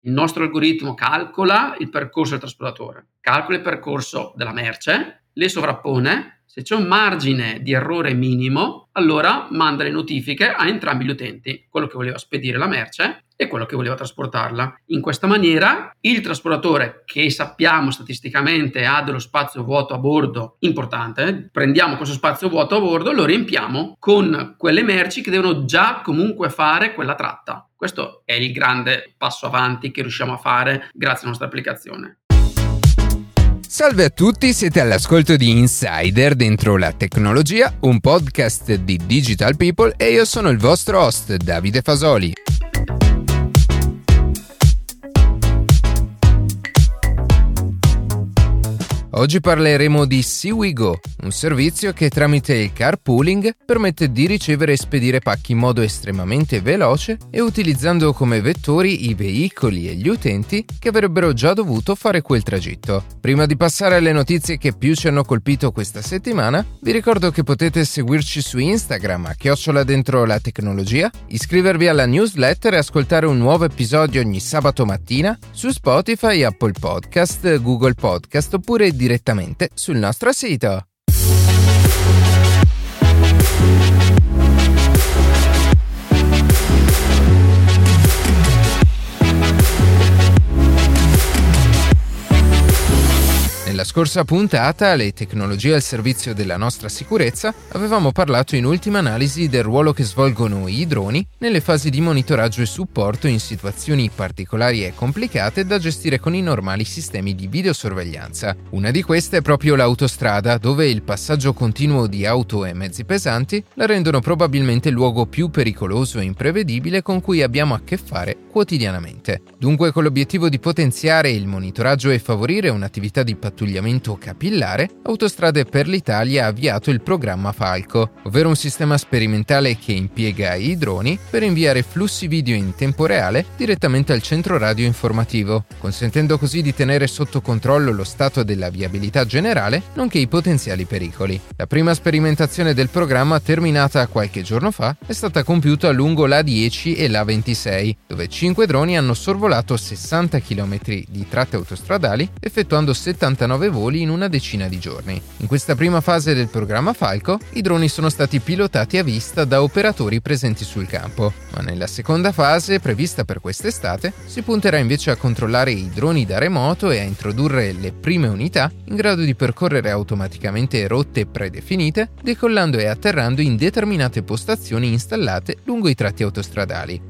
Il nostro algoritmo calcola il percorso del trasportatore, calcola il percorso della merce, le sovrappone. Se c'è un margine di errore minimo, allora manda le notifiche a entrambi gli utenti, quello che voleva spedire la merce e quello che voleva trasportarla. In questa maniera il trasportatore, che sappiamo statisticamente ha dello spazio vuoto a bordo importante, prendiamo questo spazio vuoto a bordo e lo riempiamo con quelle merci che devono già comunque fare quella tratta. Questo è il grande passo avanti che riusciamo a fare grazie alla nostra applicazione. Salve a tutti, siete all'ascolto di Insider dentro la tecnologia, un podcast di Digital People e io sono il vostro host Davide Fasoli. Oggi parleremo di SeaWeGo, un servizio che tramite il carpooling permette di ricevere e spedire pacchi in modo estremamente veloce e utilizzando come vettori i veicoli e gli utenti che avrebbero già dovuto fare quel tragitto. Prima di passare alle notizie che più ci hanno colpito questa settimana, vi ricordo che potete seguirci su Instagram a @DentroLaTecnologia, iscrivervi alla newsletter e ascoltare un nuovo episodio ogni sabato mattina su Spotify, Apple Podcast, Google Podcast oppure direttamente sul nostro sito. Nella scorsa puntata, le tecnologie al servizio della nostra sicurezza, avevamo parlato in ultima analisi del ruolo che svolgono i droni nelle fasi di monitoraggio e supporto in situazioni particolari e complicate da gestire con i normali sistemi di videosorveglianza. Una di queste è proprio l'autostrada, dove il passaggio continuo di auto e mezzi pesanti la rendono probabilmente il luogo più pericoloso e imprevedibile con cui abbiamo a che fare quotidianamente. Dunque, con l'obiettivo di potenziare il monitoraggio e favorire un'attività di pattugliamento capillare, Autostrade per l'Italia ha avviato il programma Falco, ovvero un sistema sperimentale che impiega i droni per inviare flussi video in tempo reale direttamente al centro radio informativo, consentendo così di tenere sotto controllo lo stato della viabilità generale, nonché i potenziali pericoli. La prima sperimentazione del programma, terminata qualche giorno fa, è stata compiuta lungo l'A10 e l'A26, dove 5 droni hanno sorvolato 60 km di tratte autostradali, effettuando 79 voli in una decina di giorni. In questa prima fase del programma Falco, i droni sono stati pilotati a vista da operatori presenti sul campo, ma nella seconda fase, prevista per quest'estate, si punterà invece a controllare i droni da remoto e a introdurre le prime unità in grado di percorrere automaticamente rotte predefinite, decollando e atterrando in determinate postazioni installate lungo i tratti autostradali.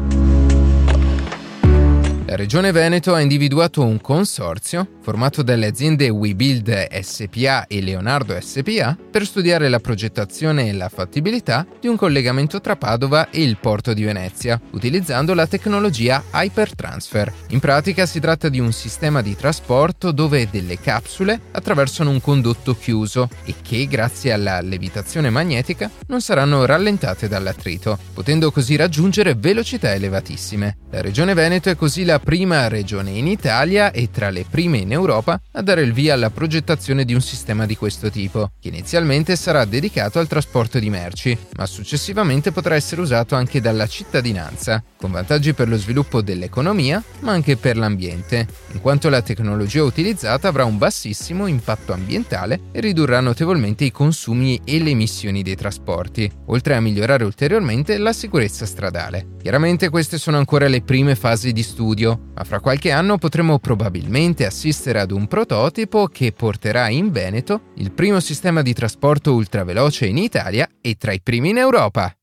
La Regione Veneto ha individuato un consorzio formato dalle aziende WeBuild SPA e Leonardo SPA per studiare la progettazione e la fattibilità di un collegamento tra Padova e il porto di Venezia, utilizzando la tecnologia Hypertransfer. In pratica si tratta di un sistema di trasporto dove delle capsule attraversano un condotto chiuso e che, grazie alla levitazione magnetica, non saranno rallentate dall'attrito, potendo così raggiungere velocità elevatissime. La Regione Veneto è così la prima regione in Italia e tra le prime in Europa a dare il via alla progettazione di un sistema di questo tipo, che inizialmente sarà dedicato al trasporto di merci, ma successivamente potrà essere usato anche dalla cittadinanza, con vantaggi per lo sviluppo dell'economia, ma anche per l'ambiente, in quanto la tecnologia utilizzata avrà un bassissimo impatto ambientale e ridurrà notevolmente i consumi e le emissioni dei trasporti, oltre a migliorare ulteriormente la sicurezza stradale. Chiaramente queste sono ancora le prime fasi di studio, ma fra qualche anno potremo probabilmente assistere ad un prototipo che porterà in Veneto il primo sistema di trasporto ultraveloce in Italia e tra i primi in Europa.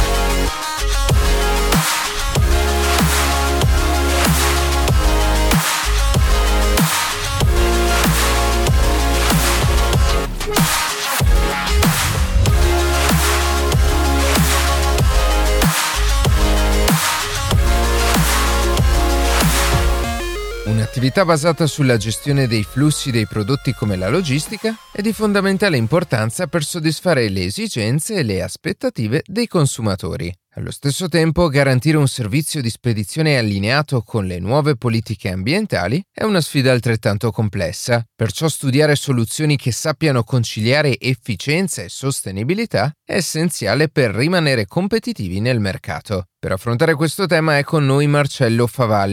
Un'attività basata sulla gestione dei flussi dei prodotti come la logistica è di fondamentale importanza per soddisfare le esigenze e le aspettative dei consumatori. Allo stesso tempo, garantire un servizio di spedizione allineato con le nuove politiche ambientali è una sfida altrettanto complessa, perciò studiare soluzioni che sappiano conciliare efficienza e sostenibilità è essenziale per rimanere competitivi nel mercato. Per affrontare questo tema è con noi Marcello Favalli,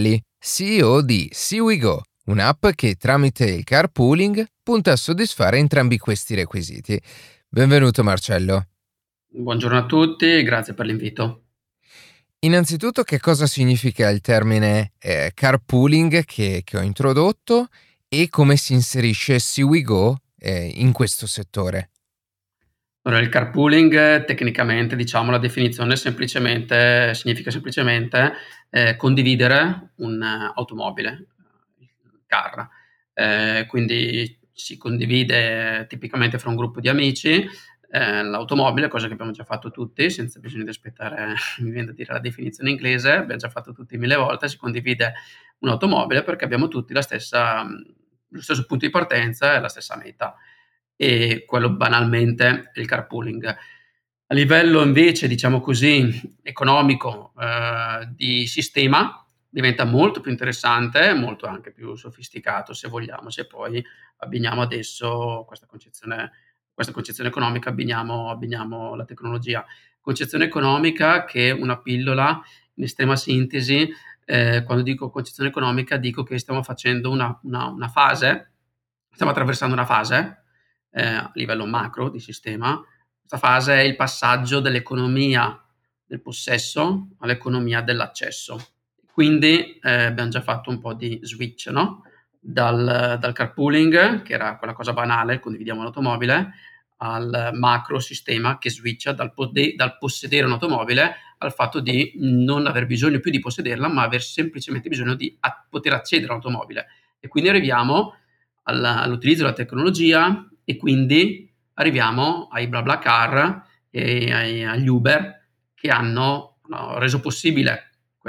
CEO di SeaWeGo, un'app che tramite il carpooling punta a soddisfare entrambi questi requisiti. Benvenuto Marcello. Buongiorno a tutti, grazie per l'invito. Innanzitutto, che cosa significa il termine carpooling che ho introdotto e come si inserisce SeaWeGo in questo settore? Allora, il carpooling tecnicamente, diciamo, la definizione significa semplicemente condividere un'automobile, car. Quindi si condivide tipicamente fra un gruppo di amici l'automobile, cosa che abbiamo già fatto tutti, senza bisogno di aspettare, mi viene da dire la definizione inglese, abbiamo già fatto tutti mille volte, si condivide un'automobile perché abbiamo tutti lo stesso punto di partenza e la stessa meta. E quello banalmente è il carpooling. A livello invece, diciamo così, economico, di sistema, diventa molto più interessante, molto anche più sofisticato se vogliamo, se poi abbiniamo adesso questa concezione economica, abbiniamo la tecnologia. Concezione economica che è una pillola in estrema sintesi, quando dico concezione economica dico che stiamo facendo una fase, stiamo attraversando una fase a livello macro di sistema. Questa fase è il passaggio dell'economia del possesso all'economia dell'accesso. Quindi abbiamo già fatto un po' di switch, no? Dal carpooling, che era quella cosa banale, condividiamo un'automobile, al macro sistema che switcha dal possedere un'automobile al fatto di non aver bisogno più di possederla, ma aver semplicemente bisogno di poter accedere all'automobile. E quindi arriviamo all'utilizzo della tecnologia e quindi arriviamo ai BlaBlaCar e agli Uber che hanno reso possibile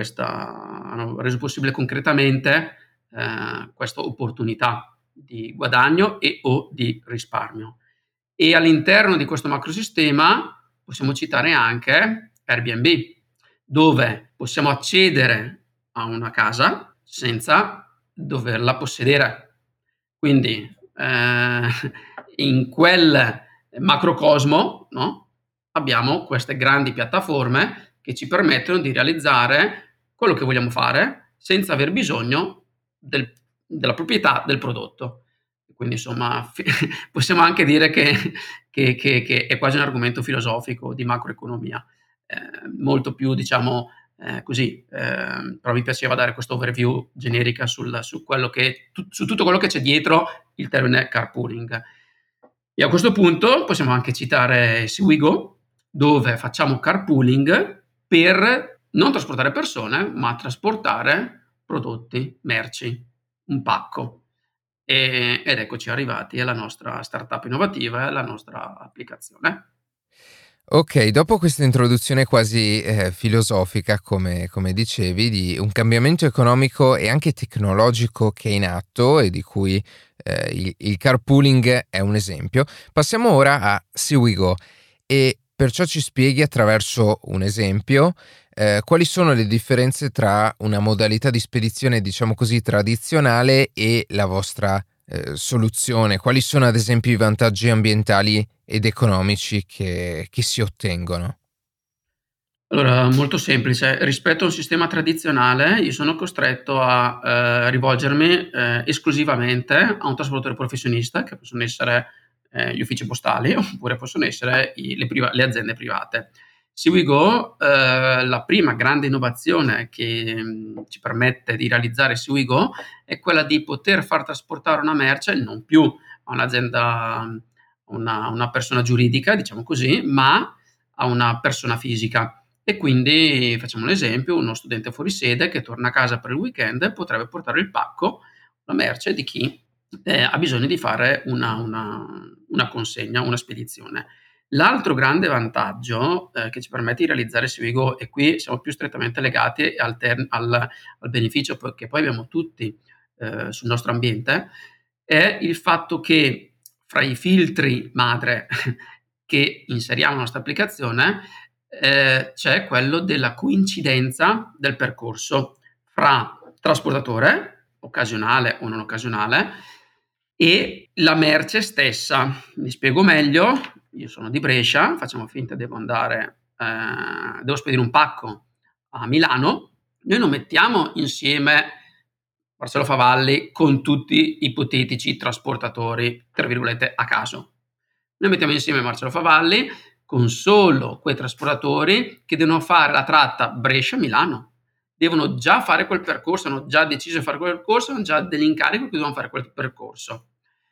concretamente questa opportunità di guadagno e o di risparmio. E all'interno di questo macrosistema possiamo citare anche Airbnb, dove possiamo accedere a una casa senza doverla possedere. Quindi in quel macrocosmo, no, abbiamo queste grandi piattaforme che ci permettono di realizzare quello che vogliamo fare senza aver bisogno della proprietà del prodotto. Quindi insomma possiamo anche dire che è quasi un argomento filosofico di macroeconomia, molto più diciamo però mi piaceva dare questa overview generica su tutto quello che c'è dietro il termine carpooling. E a questo punto possiamo anche citare SeaWeGo, dove facciamo carpooling per non trasportare persone, ma trasportare prodotti, merci, un pacco. Ed eccoci arrivati alla nostra startup innovativa e alla nostra applicazione. Ok, dopo questa introduzione quasi filosofica, come dicevi, di un cambiamento economico e anche tecnologico che è in atto e di cui il carpooling è un esempio, passiamo ora a SeaWeGo e perciò ci spieghi attraverso un esempio quali sono le differenze tra una modalità di spedizione, diciamo così, tradizionale e la vostra soluzione. Quali sono ad esempio i vantaggi ambientali ed economici che si ottengono? Allora, molto semplice. Rispetto a un sistema tradizionale, io sono costretto a rivolgermi esclusivamente a un trasportatore professionista, che possono essere gli uffici postali, oppure possono essere le aziende private. SeaWeGo, la prima grande innovazione che ci permette di realizzare SeaWeGo è quella di poter far trasportare una merce non più a un'azienda, una persona giuridica, diciamo così, ma a una persona fisica. E quindi facciamo un esempio: uno studente fuori sede che torna a casa per il weekend potrebbe portare il pacco, la merce di chi ha bisogno di fare una consegna, una spedizione. L'altro grande vantaggio che ci permette di realizzare SeaWeGo, e qui siamo più strettamente legati al beneficio che poi abbiamo tutti sul nostro ambiente, è il fatto che fra i filtri madre che inseriamo nella nostra applicazione c'è quello della coincidenza del percorso fra trasportatore, occasionale o non occasionale, e la merce stessa. Mi spiego meglio: io sono di Brescia, facciamo finta devo spedire un pacco a Milano, noi non mettiamo insieme Marcello Favalli con tutti ipotetici trasportatori, tra virgolette, a caso. Noi mettiamo insieme Marcello Favalli con solo quei trasportatori che devono fare la tratta Brescia-Milano. Devono già fare quel percorso, hanno già deciso di fare quel percorso, hanno già dell'incarico che devono fare quel percorso.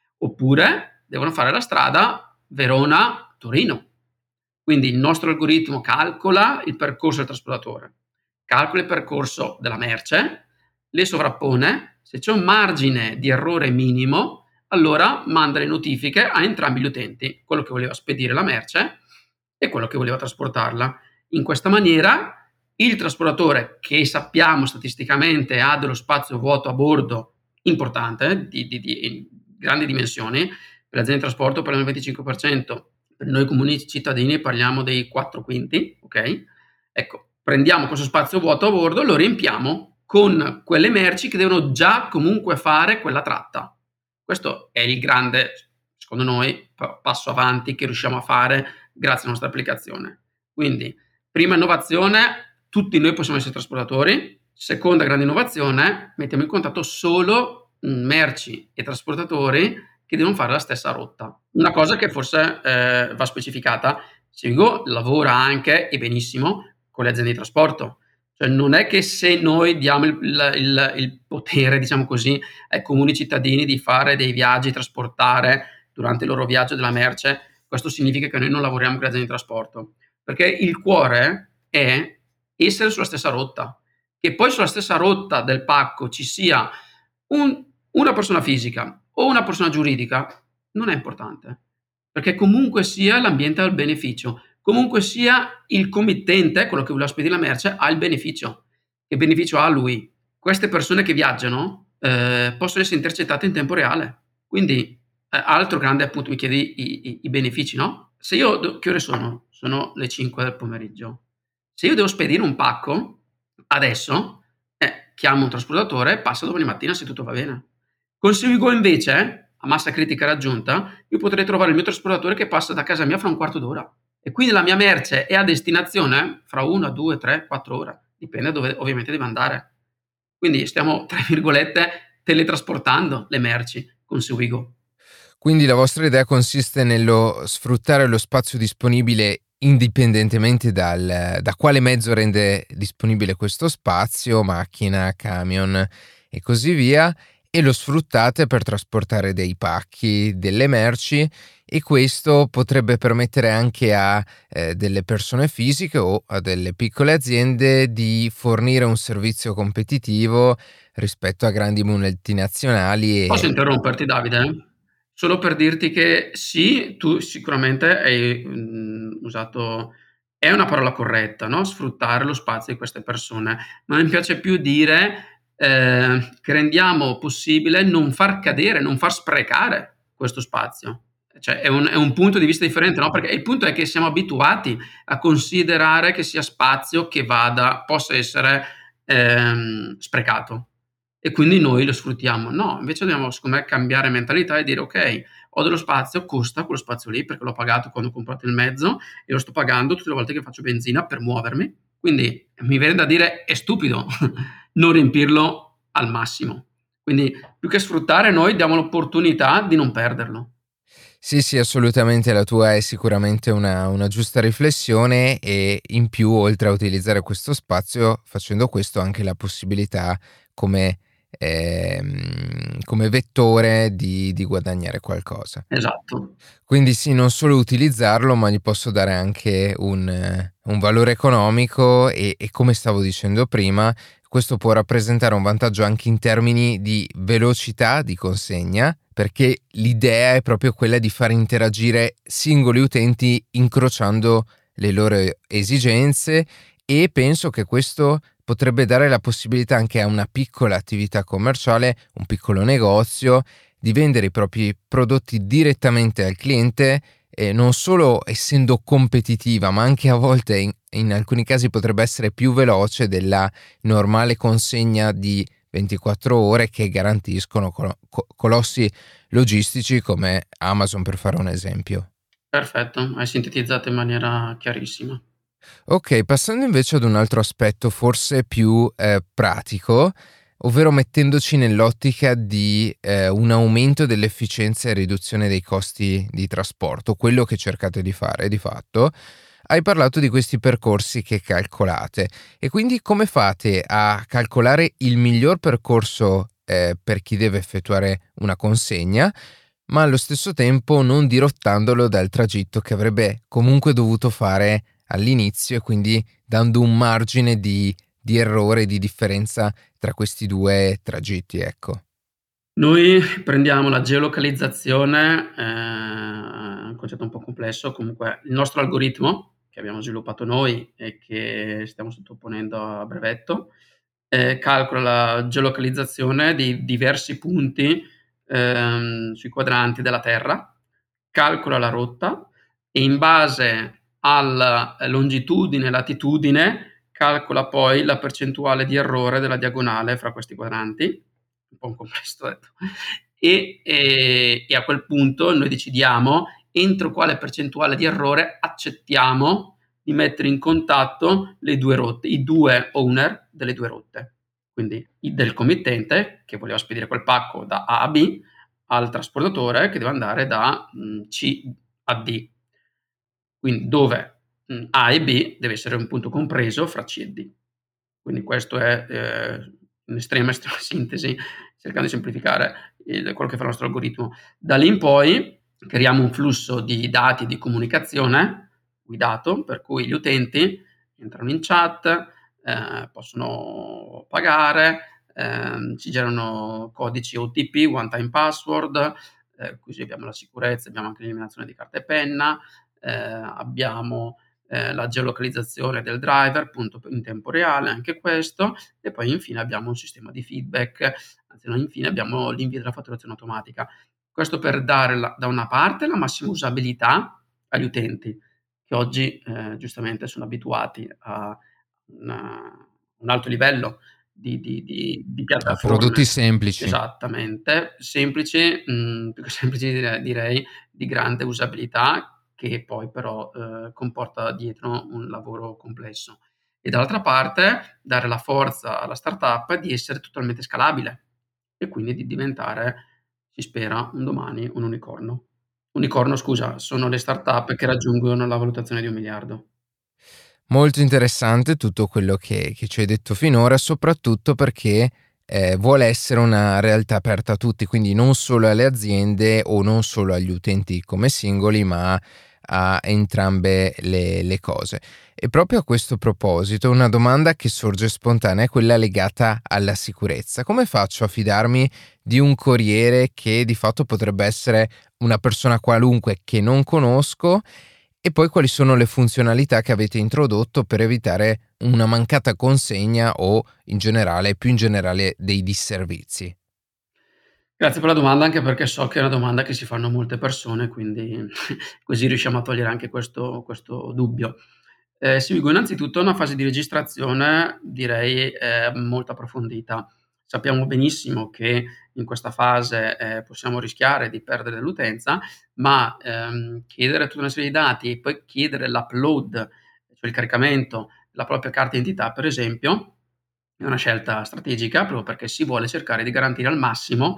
Oppure devono fare la strada Verona-Torino. Quindi il nostro algoritmo calcola il percorso del trasportatore, calcola il percorso della merce, le sovrappone, se c'è un margine di errore minimo, allora manda le notifiche a entrambi gli utenti, quello che voleva spedire la merce e quello che voleva trasportarla. In questa maniera il trasportatore, che sappiamo statisticamente ha dello spazio vuoto a bordo importante, di grandi dimensioni, per le aziende di trasporto parliamo del 25%, per noi comuni cittadini parliamo dei 4 quinti, ok? Ecco, prendiamo questo spazio vuoto a bordo, lo riempiamo con quelle merci che devono già comunque fare quella tratta. Questo è il grande, secondo noi, passo avanti che riusciamo a fare grazie alla nostra applicazione. Quindi, prima innovazione, tutti noi possiamo essere trasportatori. Seconda grande innovazione, mettiamo in contatto solo merci e trasportatori che devono fare la stessa rotta. Una cosa che forse va specificata, Sevigo lavora anche, e benissimo, con le aziende di trasporto. Cioè non è che se noi diamo il potere, diciamo così, ai comuni cittadini di fare dei viaggi, trasportare durante il loro viaggio della merce, questo significa che noi non lavoriamo con le aziende di trasporto. Perché il cuore è essere sulla stessa rotta. Che poi sulla stessa rotta del pacco ci sia una persona fisica o una persona giuridica, non è importante. Perché comunque sia l'ambiente ha il beneficio. Comunque sia il committente, quello che voleva spedire la merce, ha il beneficio. Che beneficio ha lui? Queste persone che viaggiano possono essere intercettate in tempo reale. Quindi, altro grande, appunto, mi chiedi i benefici, no? Se io, che ore sono? Sono le 5 del pomeriggio. Se io devo spedire un pacco, adesso, chiamo un trasportatore, passa domani mattina se tutto va bene. Con Sevigo invece, a massa critica raggiunta, io potrei trovare il mio trasportatore che passa da casa mia fra un quarto d'ora. E quindi la mia merce è a destinazione fra 1, 2, 3, 4 ore. Dipende dove ovviamente deve andare. Quindi stiamo, tra virgolette, teletrasportando le merci con Sevigo. Quindi la vostra idea consiste nello sfruttare lo spazio disponibile indipendentemente da quale mezzo rende disponibile questo spazio, macchina, camion e così via, e lo sfruttate per trasportare dei pacchi, delle merci, e questo potrebbe permettere anche a delle persone fisiche o a delle piccole aziende di fornire un servizio competitivo rispetto a grandi multinazionali. Posso interromperti, Davide? Solo per dirti che sì, tu sicuramente hai usato, è una parola corretta, no? Sfruttare lo spazio di queste persone, ma mi piace più dire che rendiamo possibile non far cadere, non far sprecare questo spazio. Cioè è un punto di vista differente, no? Perché il punto è che siamo abituati a considerare che sia spazio che possa essere sprecato. E quindi noi lo sfruttiamo. No, invece dobbiamo, secondo me, cambiare mentalità e dire: ok, ho dello spazio, costa quello spazio lì perché l'ho pagato quando ho comprato il mezzo e lo sto pagando tutte le volte che faccio benzina per muovermi. Quindi mi viene da dire è stupido non riempirlo al massimo. Quindi più che sfruttare, noi diamo l'opportunità di non perderlo. Sì, assolutamente, la tua è sicuramente una giusta riflessione, e in più, oltre a utilizzare questo spazio, facendo questo anche la possibilità come vettore di guadagnare qualcosa. Esatto. Quindi sì, non solo utilizzarlo, ma gli posso dare anche un valore economico e come stavo dicendo prima, questo può rappresentare un vantaggio anche in termini di velocità di consegna, perché l'idea è proprio quella di far interagire singoli utenti incrociando le loro esigenze, e penso che questo potrebbe dare la possibilità anche a una piccola attività commerciale, un piccolo negozio, di vendere i propri prodotti direttamente al cliente, non solo essendo competitiva, ma anche a volte in alcuni casi potrebbe essere più veloce della normale consegna di 24 ore che garantiscono colossi logistici come Amazon, per fare un esempio. Perfetto, hai sintetizzato in maniera chiarissima. Ok, passando invece ad un altro aspetto forse più pratico, ovvero mettendoci nell'ottica di un aumento dell'efficienza e riduzione dei costi di trasporto, quello che cercate di fare di fatto. Hai parlato di questi percorsi che calcolate e quindi come fate a calcolare il miglior percorso per chi deve effettuare una consegna, ma allo stesso tempo non dirottandolo dal tragitto che avrebbe comunque dovuto fare all'inizio e quindi dando un margine di errore, di differenza tra questi due tragitti, ecco. Noi prendiamo la geolocalizzazione, un concetto un po' complesso, comunque il nostro algoritmo che abbiamo sviluppato noi e che stiamo sottoponendo a brevetto, calcola la geolocalizzazione di diversi punti sui quadranti della Terra, calcola la rotta e in base alla longitudine e latitudine calcola poi la percentuale di errore della diagonale fra questi quadranti, un po' complesso detto, e a quel punto noi decidiamo entro quale percentuale di errore accettiamo di mettere in contatto le due rotte, i due owner delle due rotte, quindi del committente che voleva spedire quel pacco da A a B al trasportatore che deve andare da C a D, quindi dove A e B deve essere un punto compreso fra C e D. Quindi questo è in estrema sintesi, cercando di semplificare quello che fa il nostro algoritmo. Da lì in poi creiamo un flusso di dati di comunicazione guidato, per cui gli utenti entrano in chat, possono pagare, ci generano codici OTP, one time password, così abbiamo la sicurezza, abbiamo anche l'eliminazione di carta e penna, abbiamo la geolocalizzazione del driver appunto in tempo reale, anche questo, e poi infine abbiamo un sistema di feedback, anzi no, infine abbiamo l'invio della fatturazione automatica. Questo per dare da una parte la massima usabilità agli utenti che oggi giustamente sono abituati a un alto livello di Prodotti piattaforme. semplici. Esattamente, semplici, più che semplici direi di grande usabilità che poi però comporta dietro un lavoro complesso. E dall'altra parte dare la forza alla startup di essere totalmente scalabile e quindi di diventare, si spera, un domani un unicorno. Unicorno, scusa, sono le startup che raggiungono la valutazione di 1 miliardo. Molto interessante tutto quello che ci hai detto finora, soprattutto perché vuole essere una realtà aperta a tutti, quindi non solo alle aziende o non solo agli utenti come singoli, ma a entrambe le cose. E proprio a questo proposito, una domanda che sorge spontanea è quella legata alla sicurezza. Come faccio a fidarmi di un corriere che di fatto potrebbe essere una persona qualunque che non conosco? E poi quali sono le funzionalità che avete introdotto per evitare una mancata consegna o più in generale dei disservizi? Grazie per la domanda, anche perché so che è una domanda che si fanno molte persone, quindi così riusciamo a togliere anche questo dubbio. Seguivo innanzitutto una fase di registrazione direi, molto approfondita. Sappiamo benissimo che in questa fase, possiamo rischiare di perdere dell'utenza, ma, chiedere tutta una serie di dati e poi chiedere l'upload, cioè il caricamento della propria carta d'identità per esempio, è una scelta strategica proprio perché si vuole cercare di garantire al massimo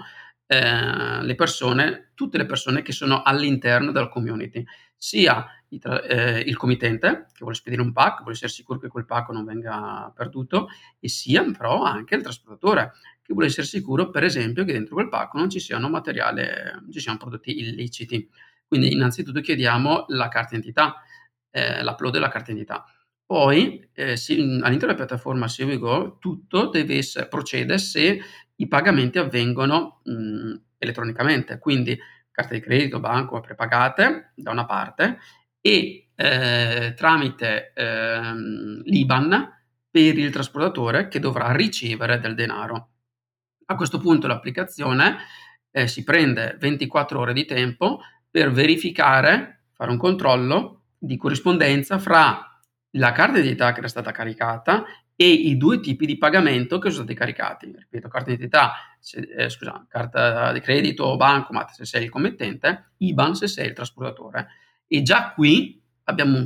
tutte le persone che sono all'interno della community, sia il committente che vuole spedire un pack, vuole essere sicuro che quel pacco non venga perduto, e sia però anche il trasportatore che vuole essere sicuro, per esempio, che dentro quel pacco non ci siano prodotti illeciti. Quindi innanzitutto chiediamo la carta d'identità, l'upload della carta d'identità. Poi, all'interno della piattaforma Seguigo tutto procede se i pagamenti avvengono elettronicamente, quindi carta di credito, banco, prepagate da una parte e tramite l'IBAN per il trasportatore che dovrà ricevere del denaro. A questo punto l'applicazione si prende 24 ore di tempo per verificare, fare un controllo di corrispondenza fra la carta d'identità che era stata caricata e i due tipi di pagamento che sono stati caricati. Ripeto, carta d'identità, carta di credito o bancomat se sei il committente, IBAN se sei il trasportatore. E già qui abbiamo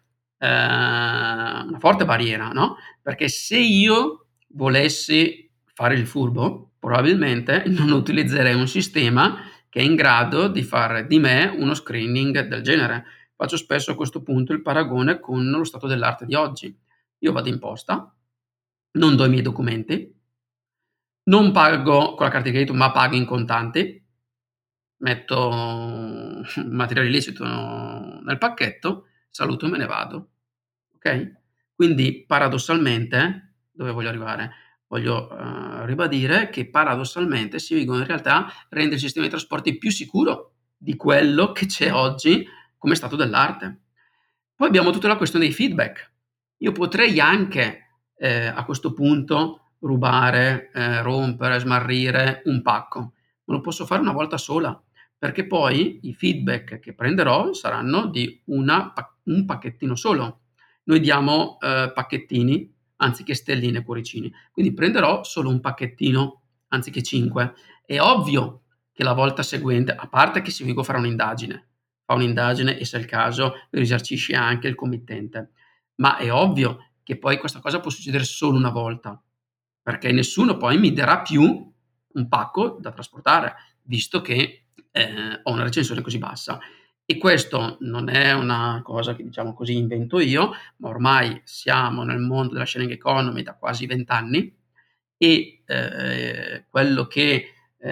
una forte barriera, no? Perché se io volessi fare il furbo, probabilmente non utilizzerei un sistema che è in grado di fare di me uno screening del genere. Faccio spesso a questo punto il paragone con lo stato dell'arte di oggi. Io vado in posta, non do i miei documenti, non pago con la carta di credito, ma pago in contanti, metto un materiale illecito nel pacchetto, saluto e me ne vado. Ok? Quindi paradossalmente, dove voglio arrivare? Voglio ribadire che paradossalmente Civigo in realtà rende il sistema di trasporti più sicuro di quello che c'è oggi come stato dell'arte. Poi abbiamo tutta la questione dei feedback. Io potrei anche a questo punto rubare, rompere, smarrire un pacco, ma lo posso fare una volta sola, perché poi i feedback che prenderò saranno di un pacchettino solo. Noi diamo pacchettini anziché stelline e cuoricini, quindi prenderò solo un pacchettino anziché 5. È ovvio che la volta seguente, a parte che Civigo farà un'indagine, fa un'indagine e se è il caso risarcisce anche il committente, ma è ovvio che poi questa cosa può succedere solo una volta, perché nessuno poi mi darà più un pacco da trasportare, visto che ho una recensione così bassa. E questo non è una cosa che, diciamo così, invento io, ma ormai siamo nel mondo della sharing economy da quasi 20 anni e quello che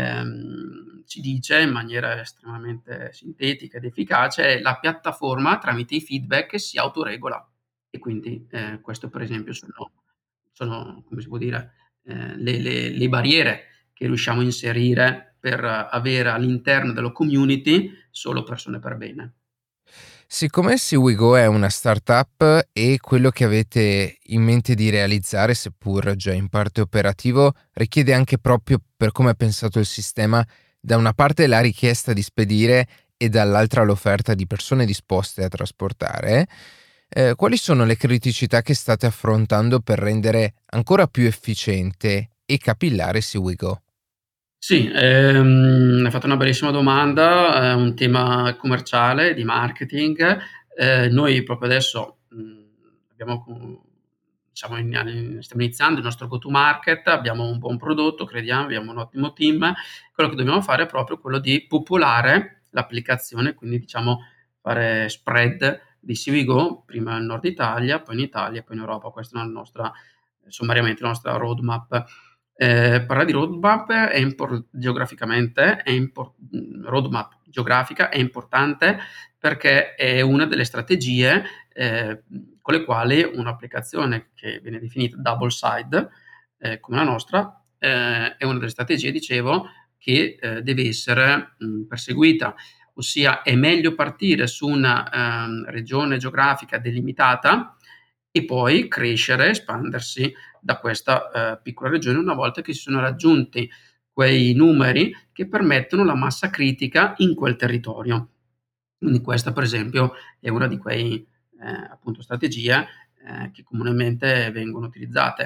ci dice in maniera estremamente sintetica ed efficace è la piattaforma tramite i feedback si autoregola e quindi questo per esempio sono come si può dire, le barriere che riusciamo a inserire per avere all'interno della community solo persone per bene. Siccome SeaWeGo è una startup e quello che avete in mente di realizzare, seppur già in parte operativo, richiede anche proprio per come è pensato il sistema, da una parte la richiesta di spedire e dall'altra l'offerta di persone disposte a trasportare, quali sono le criticità che state affrontando per rendere ancora più efficiente e capillare SeaWeGo? Sì, hai fatto una bellissima domanda, è un tema commerciale, di marketing. Noi proprio adesso, abbiamo co stiamo iniziando il nostro go to market, abbiamo un buon prodotto, crediamo, abbiamo un ottimo team. Quello che dobbiamo fare è proprio quello di popolare l'applicazione, quindi diciamo fare spread di CVgo, prima nel Nord Italia, poi in Italia, poi in Europa. Questa è la nostra sommariamente la nostra roadmap. Parlare di roadmap geograficamente roadmap geografica è importante perché è una delle strategie con le quali un'applicazione che viene definita double side come la nostra è una delle strategie, dicevo, che deve essere perseguita, ossia è meglio partire su una regione geografica delimitata e poi crescere, espandersi da questa piccola regione una volta che si sono raggiunti quei numeri che permettono la massa critica in quel territorio. Quindi questa per esempio è una di quei appunto strategie che comunemente vengono utilizzate.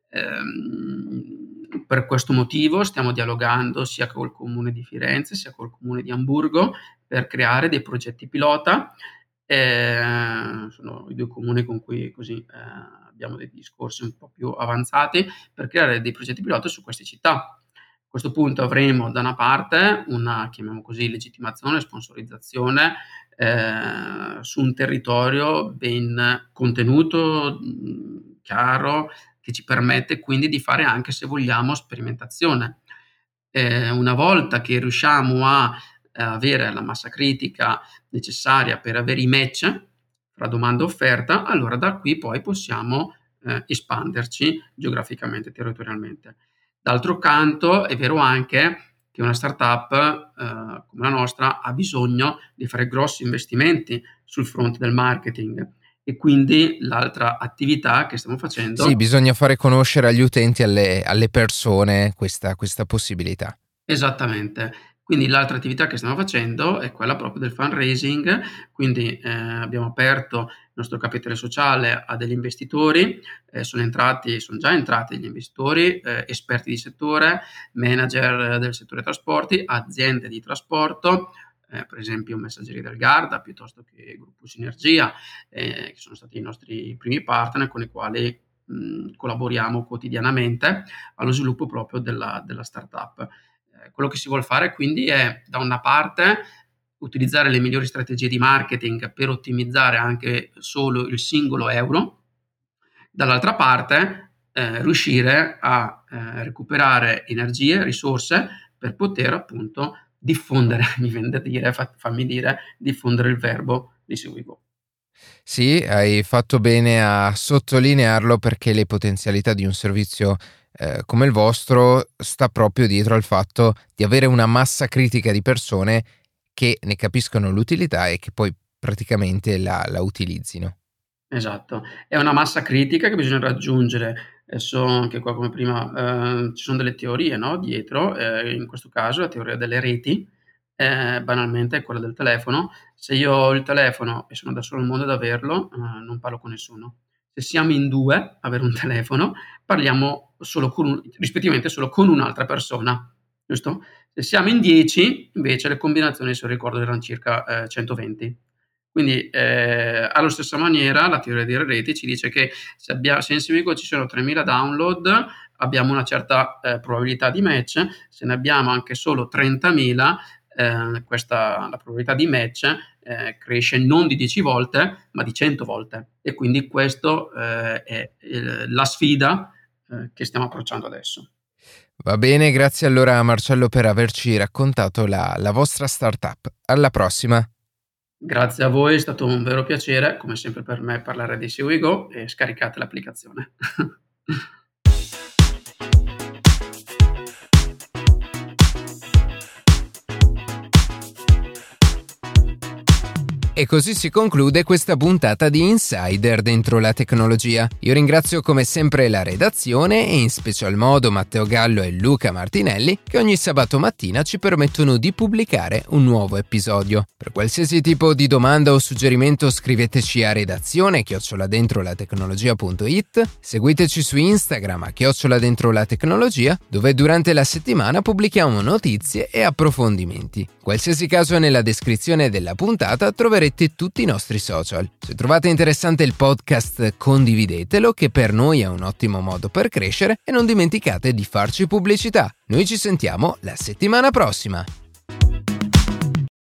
Per questo motivo stiamo dialogando sia col comune di Firenze sia col comune di Amburgo per creare dei progetti pilota. Sono i due comuni con cui così abbiamo dei discorsi un po' più avanzati per creare dei progetti pilota su queste città. A questo punto avremo da una parte una, chiamiamo così, legittimazione, sponsorizzazione su un territorio ben contenuto, chiaro, che ci permette quindi di fare anche, se vogliamo, sperimentazione. Una volta che riusciamo a avere la massa critica necessaria per avere i match fra domanda e offerta, allora da qui poi possiamo espanderci geograficamente, territorialmente. D'altro canto è vero anche che una startup come la nostra ha bisogno di fare grossi investimenti sul fronte del marketing e quindi l'altra attività che stiamo Sì, facendo. bisogna fare conoscere agli utenti, alle persone questa possibilità. Esattamente. Quindi l'altra attività che stiamo facendo è quella proprio del fundraising, quindi abbiamo aperto il nostro capitale sociale a degli investitori, son già entrati degli investitori, esperti di settore, manager del settore trasporti, aziende di trasporto, per esempio Messaggeria del Garda, piuttosto che Gruppo Sinergia, che sono stati i nostri primi partner con i quali collaboriamo quotidianamente allo sviluppo proprio della startup. Quello che si vuol fare quindi è, da una parte, utilizzare le migliori strategie di marketing per ottimizzare anche solo il singolo euro, dall'altra parte riuscire a recuperare energie, risorse per poter appunto diffondere, mi viene da dire, fammi dire, diffondere il verbo di Seguigo. Sì, hai fatto bene a sottolinearlo, perché le potenzialità di un servizio come il vostro sta proprio dietro al fatto di avere una massa critica di persone che ne capiscono l'utilità e che poi praticamente la utilizzino. Esatto, è una massa critica che bisogna raggiungere. Adesso anche qua come prima ci sono delle teorie, no, dietro, in questo caso la teoria delle reti, banalmente è quella del telefono. Se io ho il telefono e sono da solo al mondo ad averlo, non parlo con nessuno. Se siamo in 2 a avere un telefono, parliamo rispettivamente solo con un'altra persona, giusto? Se siamo in 10 invece le combinazioni, se non ricordo, erano circa 120. Quindi alla stessa maniera la teoria delle reti ci dice che se in Seguigo ci sono 3.000 download, abbiamo una certa probabilità di match. Se ne abbiamo anche solo 30.000, la probabilità di match cresce non di 10 volte ma di 100 volte, e quindi questo è la sfida che stiamo approcciando adesso. Va bene, grazie allora Marcello per averci raccontato la vostra startup. Alla prossima! Grazie a voi, è stato un vero piacere, come sempre per me, parlare di Seguigo, e scaricate l'applicazione. E così si conclude questa puntata di Insider dentro la tecnologia. Io ringrazio come sempre la redazione e in special modo Matteo Gallo e Luca Martinelli, che ogni sabato mattina ci permettono di pubblicare un nuovo episodio. Per qualsiasi tipo di domanda o suggerimento scriveteci a redazione@dentrolatecnologia.it, seguiteci su Instagram @dentrolatecnologia, dove durante la settimana pubblichiamo notizie e approfondimenti. Qualsiasi caso, nella descrizione della puntata troverete tutti i nostri social. Se trovate interessante il podcast, condividetelo, che per noi è un ottimo modo per crescere, e non dimenticate di farci pubblicità. Noi ci sentiamo la settimana prossima.